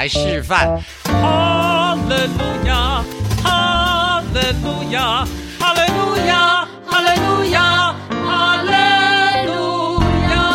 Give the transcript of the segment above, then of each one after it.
来示范。哈利路亚，哈利路亚，哈利路亚，哈利路亚，哈利路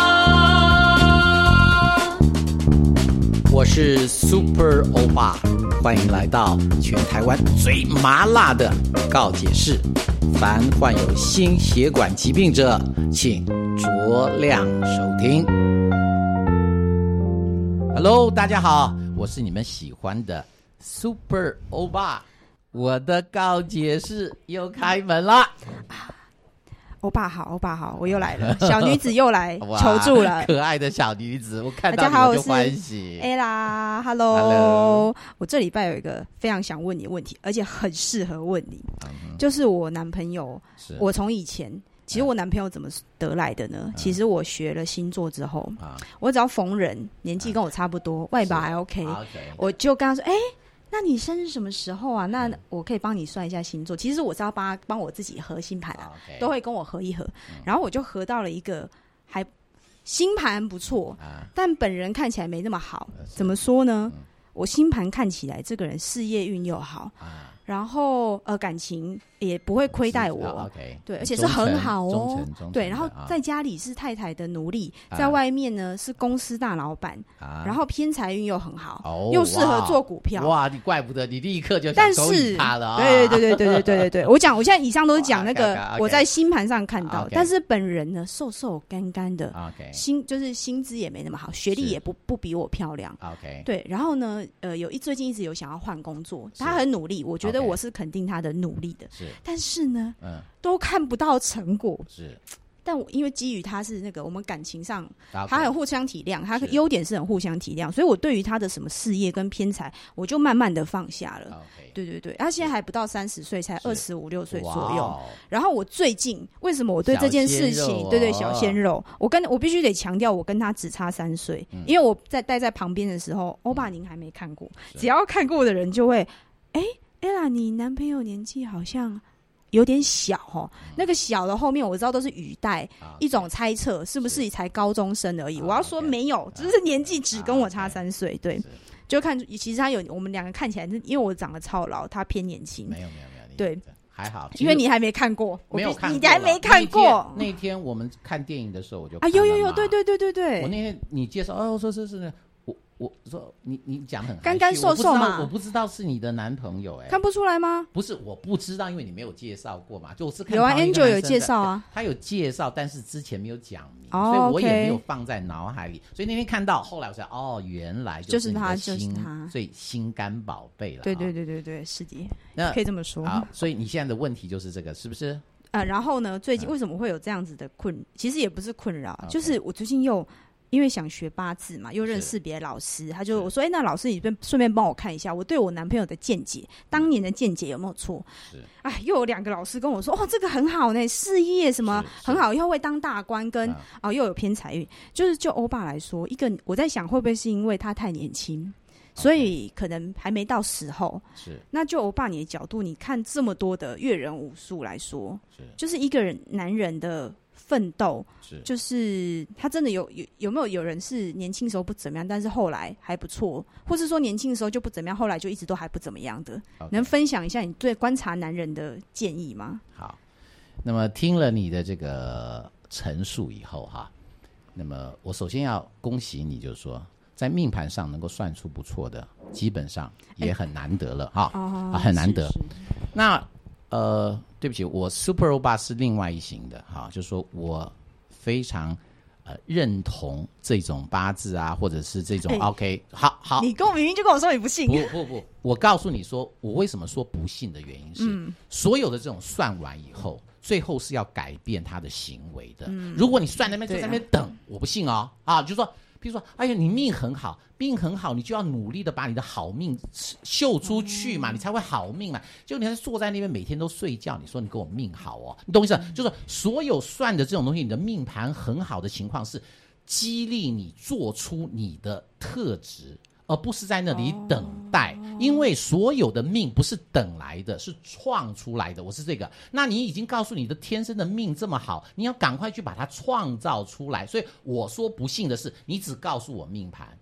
亚。我是 Super 欧巴，欢迎来到全台湾最麻辣的告解室。凡患有心血管疾病者，请酌量收听。Hello， 大家好，我是你们喜欢的 Super 欧巴，我的告解室又开门了。 欧巴好，欧巴好，我又来了，小女子又来求助了， 可爱的小女子，我看到你我就欢喜。 Ella， Hello， 我这礼拜有一个非常想问你的问题，而且很适合问你，就是我男朋友，我从以前。其实我男朋友怎么得来的呢？其实我学了星座之后，我只要逢人年纪跟我差不多，外表还 OK， 我就跟他说：“那你生日什么时候啊？那我可以帮你算一下星座。”其实我是要帮我自己合星盘啊，都会跟我合一合。然后我就合到了一个还星盘不错，但本人看起来没那么好。怎么说呢？我星盘看起来这个人事业运又好。然后感情也不会亏待我，对，而且是很好哦，对，然后在家里是太太的奴隶，在外面呢是公司大老板，然后偏财运又很好，又适合做股票。 哇，你怪不得你立刻就想勾引他了啊！ 对，我现在以上都是讲那个我在星盘上看到，但是本人呢瘦瘦干干的，就是薪资也没那么好，学历也不比我漂亮，对，然后呢最近一直有想要换工作，他很努力，我觉得我是肯定他的努力的，但是呢，都看不到成果。但我因为基于他是那个我们感情上，他很互相体谅，他优点是很互相体谅，所以我对于他的什么事业跟偏财，我就慢慢的放下了。对，他现在还不到30岁，才25、26岁左右。然后我最近为什么我对这件事情，对小鲜肉，我必须得强调，我跟他只差3岁，因为我待在旁边的时候，欧巴您还没看过，只要看过的人就会，Ella， 你男朋友年纪好像有点小哦。那个小的后面我知道都是语带，一种猜测是不是才高中生而已。我要说没有，只是年纪只跟我差3岁。对，就看其实他有我们两个看起来，因为我长得超老，他偏年轻。没有，对，还好，因为你还没看过，没有看过，你还没看过。 那天我们看电影的时候，我就有，对。 我那天你介绍我说是。我说你讲很干干瘦瘦嘛， 我不知道是你的男朋友看不出来吗？ 不是，我不知道，因为你没有介绍过嘛，就是看有啊 ，Angel 有介绍啊， 他有介绍，但是之前没有讲明，所以我也没有放在脑海里，所以那天看到，后来我才原来就是他，就是他，所以心肝宝贝了。 对，是的，那可以这么说。 好，所以你现在的问题就是这个，是不是？ 然后呢，最近为什么会有这样子的其实也不是困扰，就是我最近又。因为想学八字嘛，又认识别的老师，他就我说，那老师你顺便帮我看一下，我对我男朋友的见解，当年的见解有没有错？又有2个老师跟我说，这个很好呢，事业什么很好，以后会当大官，跟又有偏财运。就欧巴来说，我在想会不会是因为他太年轻，所以可能还没到时候。那就欧巴你的角度，你看这么多的阅人无数来说，就是一个男人的。奋斗就是他真的有没有人是年轻时候不怎么样，但是后来还不错，或是说年轻的时候就不怎么样，后来就一直都还不怎么样的？能分享一下你对观察男人的建议吗？ 好，那么听了你的这个陈述以后哈，那么我首先要恭喜你，就是说在命盘上能够算出不错的，基本上也很难得了很难得。那对不起，我 Super 欧巴是另外一型的就是说我非常认同这种八字啊，或者是这种OK， 好， 你明明就跟我说你不信。 不，我告诉你说，我为什么说不信的原因是，所有的这种算完以后，最后是要改变他的行为的。如果你算那边就在那边等，我不信就说。比如说，你命很好，你就要努力的把你的好命秀出去嘛，你才会好命嘛。就你还坐在那边每天都睡觉，你说你跟我命好你懂意思？就是所有算的这种东西，你的命盘很好的情况是激励你做出你的特质，而不是在那里等待，因为所有的命不是等来的，是创出来的。我是这个，那你已经告诉你的天生的命这么好，你要赶快去把它创造出来。所以我说不幸的是，你只告诉我命盘，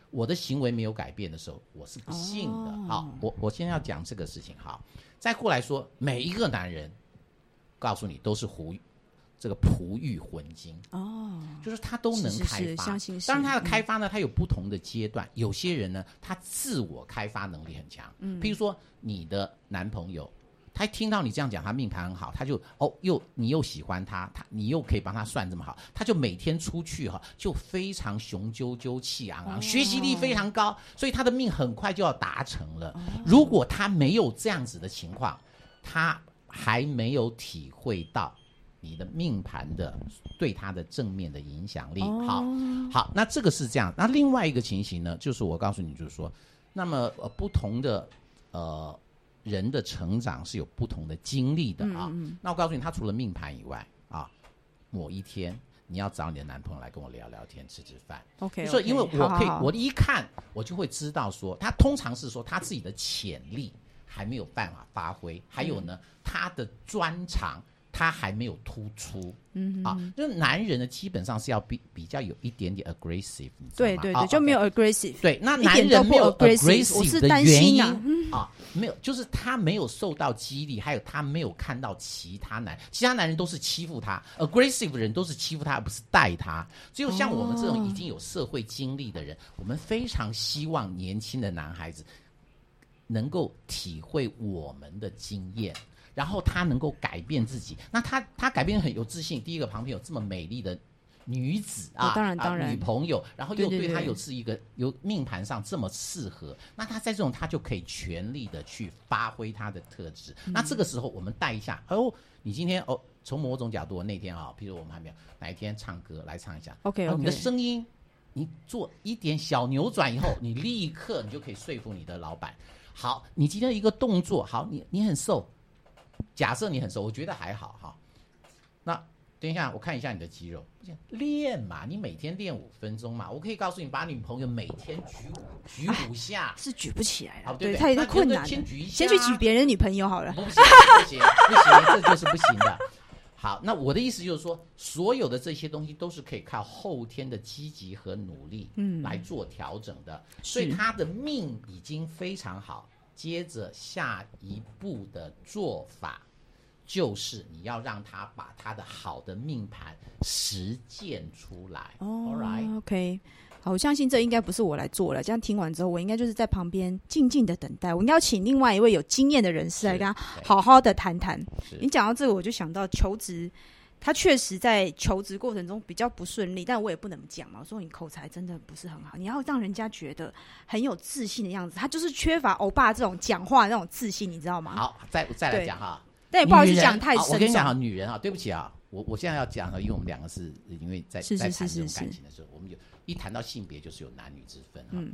我的行为没有改变的时候，我是不信的。好，我现在要讲这个事情。好，再过来说，每一个男人，告诉你都是这个璞玉混金就是他都能开发。当然他的开发呢，他有不同的阶段。有些人呢，他自我开发能力很强。譬如说你的男朋友，他听到你这样讲，他命盘很好，他就你又喜欢他，你又可以帮他算这么好，他就每天出去就非常雄赳赳气昂昂，学习力非常高，所以他的命很快就要达成了。如果他没有这样子的情况，他还没有体会到你的命盘的对他的正面的影响力。好，那这个是这样。那另外一个情形呢，就是我告诉你，就是说，那么不同的人的成长是有不同的经历的啊。那我告诉你，他除了命盘以外啊，某一天你要找你的男朋友来跟我聊聊天，吃饭。 OK， 所以因为我一看我就会知道说，他通常是说他自己的潜力还没有办法发挥，还有呢，他的专长他还没有突出。就是男人呢，基本上是要比较有一点点 aggressive， 你知道吗？ 对，就没有 aggressive。 对，那男人没有 aggressive 的原因没有，就是他没有受到激励，还有他没有看到其他男人都是欺负他 ，aggressive 的人都是欺负他，而不是带他。只有像我们这种已经有社会经历的人，我们非常希望年轻的男孩子能够体会我们的经验。然后他能够改变自己，那他改变很有自信。第一个，旁边有这么美丽的女子当然女朋友，然后又对他是一个有命盘上这么适合，那他在这种他就可以全力的去发挥他的特质。那这个时候我们带一下，你今天从某种角度，那天譬如我们还没有哪一天唱歌来唱一下 ，OK， 你的声音你做一点小扭转以后，你立刻你就可以说服你的老板。好，你今天一个动作，好，你很瘦。假设你很瘦，我觉得还好哈。那等一下，我看一下你的肌肉，练嘛，你每天练5分钟嘛。我可以告诉你，把女朋友每天举5下， 是举不起来了， 对， 太困难了。先去举别人女朋友好了。 不行，这就是不行的。好，那我的意思就是说，所有的这些东西都是可以靠后天的积极和努力来做调整的。所以他的命已经非常好。接着下一步的做法就是你要让他把他的好的命盘实践出来。Alright， OK， 好，我相信这应该不是我来做了。这样听完之后，我应该就是在旁边静静的等待。我应该要请另外一位有经验的人士来跟他好好的谈谈。你讲到这个，我就想到求职。他确实在求职过程中比较不顺利，但我也不能讲嘛。我说你口才真的不是很好，你要让人家觉得很有自信的样子。他就是缺乏欧巴这种讲话那种自信，你知道吗？ 好，再来讲哈。 但也不好意思讲太深。 我跟你讲女人对不起我现在要讲因为我们两个是因为在谈这种感情的时候，我们一谈到性别就是有男女之分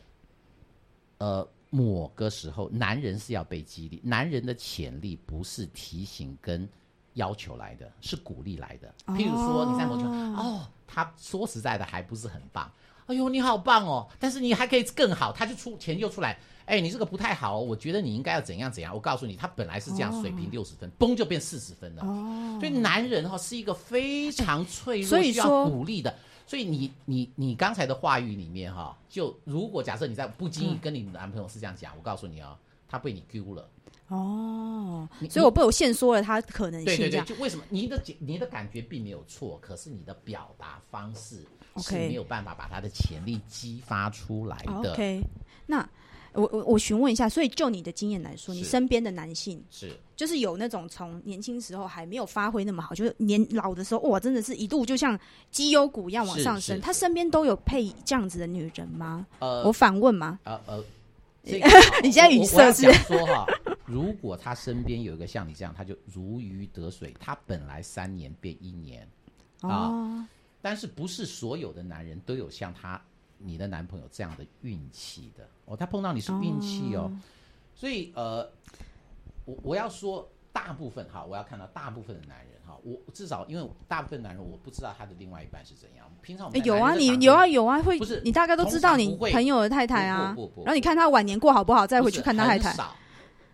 某个时候男人是要被激励，男人的潜力不是提醒跟要求来的，是鼓励来的。譬如说你在某地他说实在的还不是很棒，哎呦你好棒但是你还可以更好，他就钱就出来，你这个不太好我觉得你应该要怎样怎样。我告诉你，他本来是这样水平60分，崩就变40分了。所以男人是一个非常脆弱需要鼓励的。所以你刚才的话语里面就如果假设你在不经意跟你男朋友是这样讲，我告诉你他被你丢了。 所以我被我限缩了他可能性。 对，就为什么你的感觉并没有错，可是你的表达方式是没有办法把他的潜力激发出来的。 OK， 那我询问一下，所以就你的经验来说，你身边的男性就是有那种从年轻时候还没有发挥那么好，就是年老的时候哇，真的是一度就像绩优股一样往上升，他身边都有配这样子的女人吗？我反问吗？你现在语塞是？ 我要讲说如果他身边有一个像你这样，他就如鱼得水。他本来3年变1年但是不是所有的男人都有像你的男朋友这样的运气的他碰到你是运气所以我要说大部分我要看到大部分的男人我至少因为大部分男人我不知道他的另外一半是怎样。平常我们有啊会，你大概都知道你朋友的太太然后你看他晚年过好不好，再回去看他太太。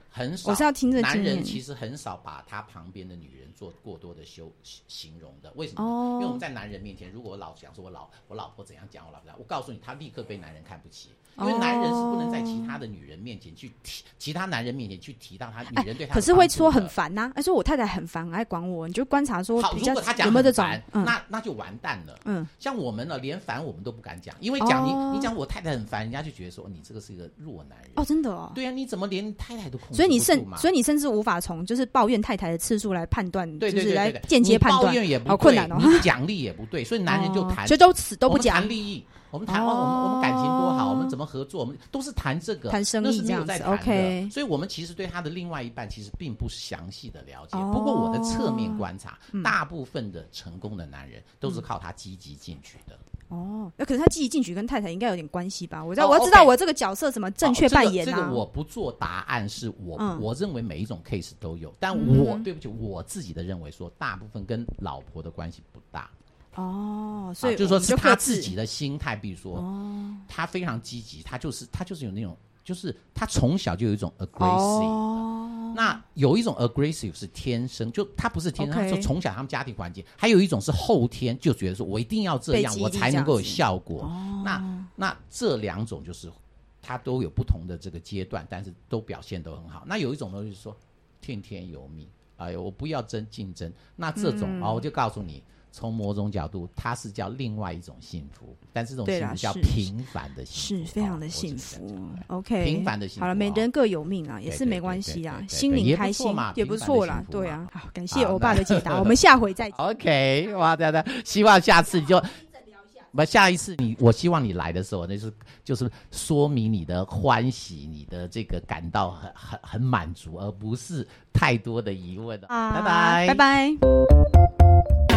很少， 我是要听着经验。 男人其实很少把他旁边的女人做过多的形容的，为什么？因为我们在男人面前，如果我老讲说我老婆怎样讲，我告诉你，他立刻被男人看不起。因为男人是不能在其他的女人面前去提，其他男人面前去提到他女人对他的。 可是会说很烦呐，说我太太很烦，爱管我，你就观察说比较如果他讲有没有这种， 那就完蛋了。像我们呢，连烦我们都不敢讲，因为讲你讲我太太很烦，人家就觉得说你这个是一个弱男人。 真的哦。 对啊，你怎么连太太都控制不住嘛？ 所以你甚至无法从就是抱怨太太的次数来判断， 对， 就是来间接判断。 抱怨也不对， 好困难哦。 你奖励也不对，所以男人就谈， 所以都死都不讲。 我们谈利益。我们谈我们感情多好，我们怎么合作，我们都是谈这个， 谈生意这样子。 OK， 所以我们其实对他的另外一半其实并不是详细的了解。不过我的侧面观察，大部分的成功的男人都是靠他积极进取的。 可是他积极进取跟太太应该有点关系吧？我要知道我这个角色怎么正确扮演啊。 这个我不做答案，是我认为每一种 case 都有，但对不起，我自己的认为说，大部分跟老婆的关系不大。 所以就是说是他自己的心态，比如说他非常积极，他就是有那种，就是他从小就有一种 aggressive。那有一种 aggressive 是天生，就他不是天生，他就从小他们家庭环境；还有一种是后天，就觉得说我一定要这样，我才能够有效果。那这两种就是他都有不同的这个阶段，但是都表现都很好。那有一种呢，就是说听天由命，哎呦，我不要竞争。那这种我就告诉你。从某种角度，它是叫另外一种幸福，但是这种幸福叫平凡的幸福， 是非常的幸福。OK， 平凡的幸福。 好了，每人各有命啊，也是没关系啊，心灵开心也不错啦。对啊，好，感谢欧巴的解答，我们下回再见。 OK， 哇，对，希望下次你就。下一次我希望你来的时候，就是说明你的欢喜，你的这个感到很满足，而不是太多的疑问。拜拜， 拜拜。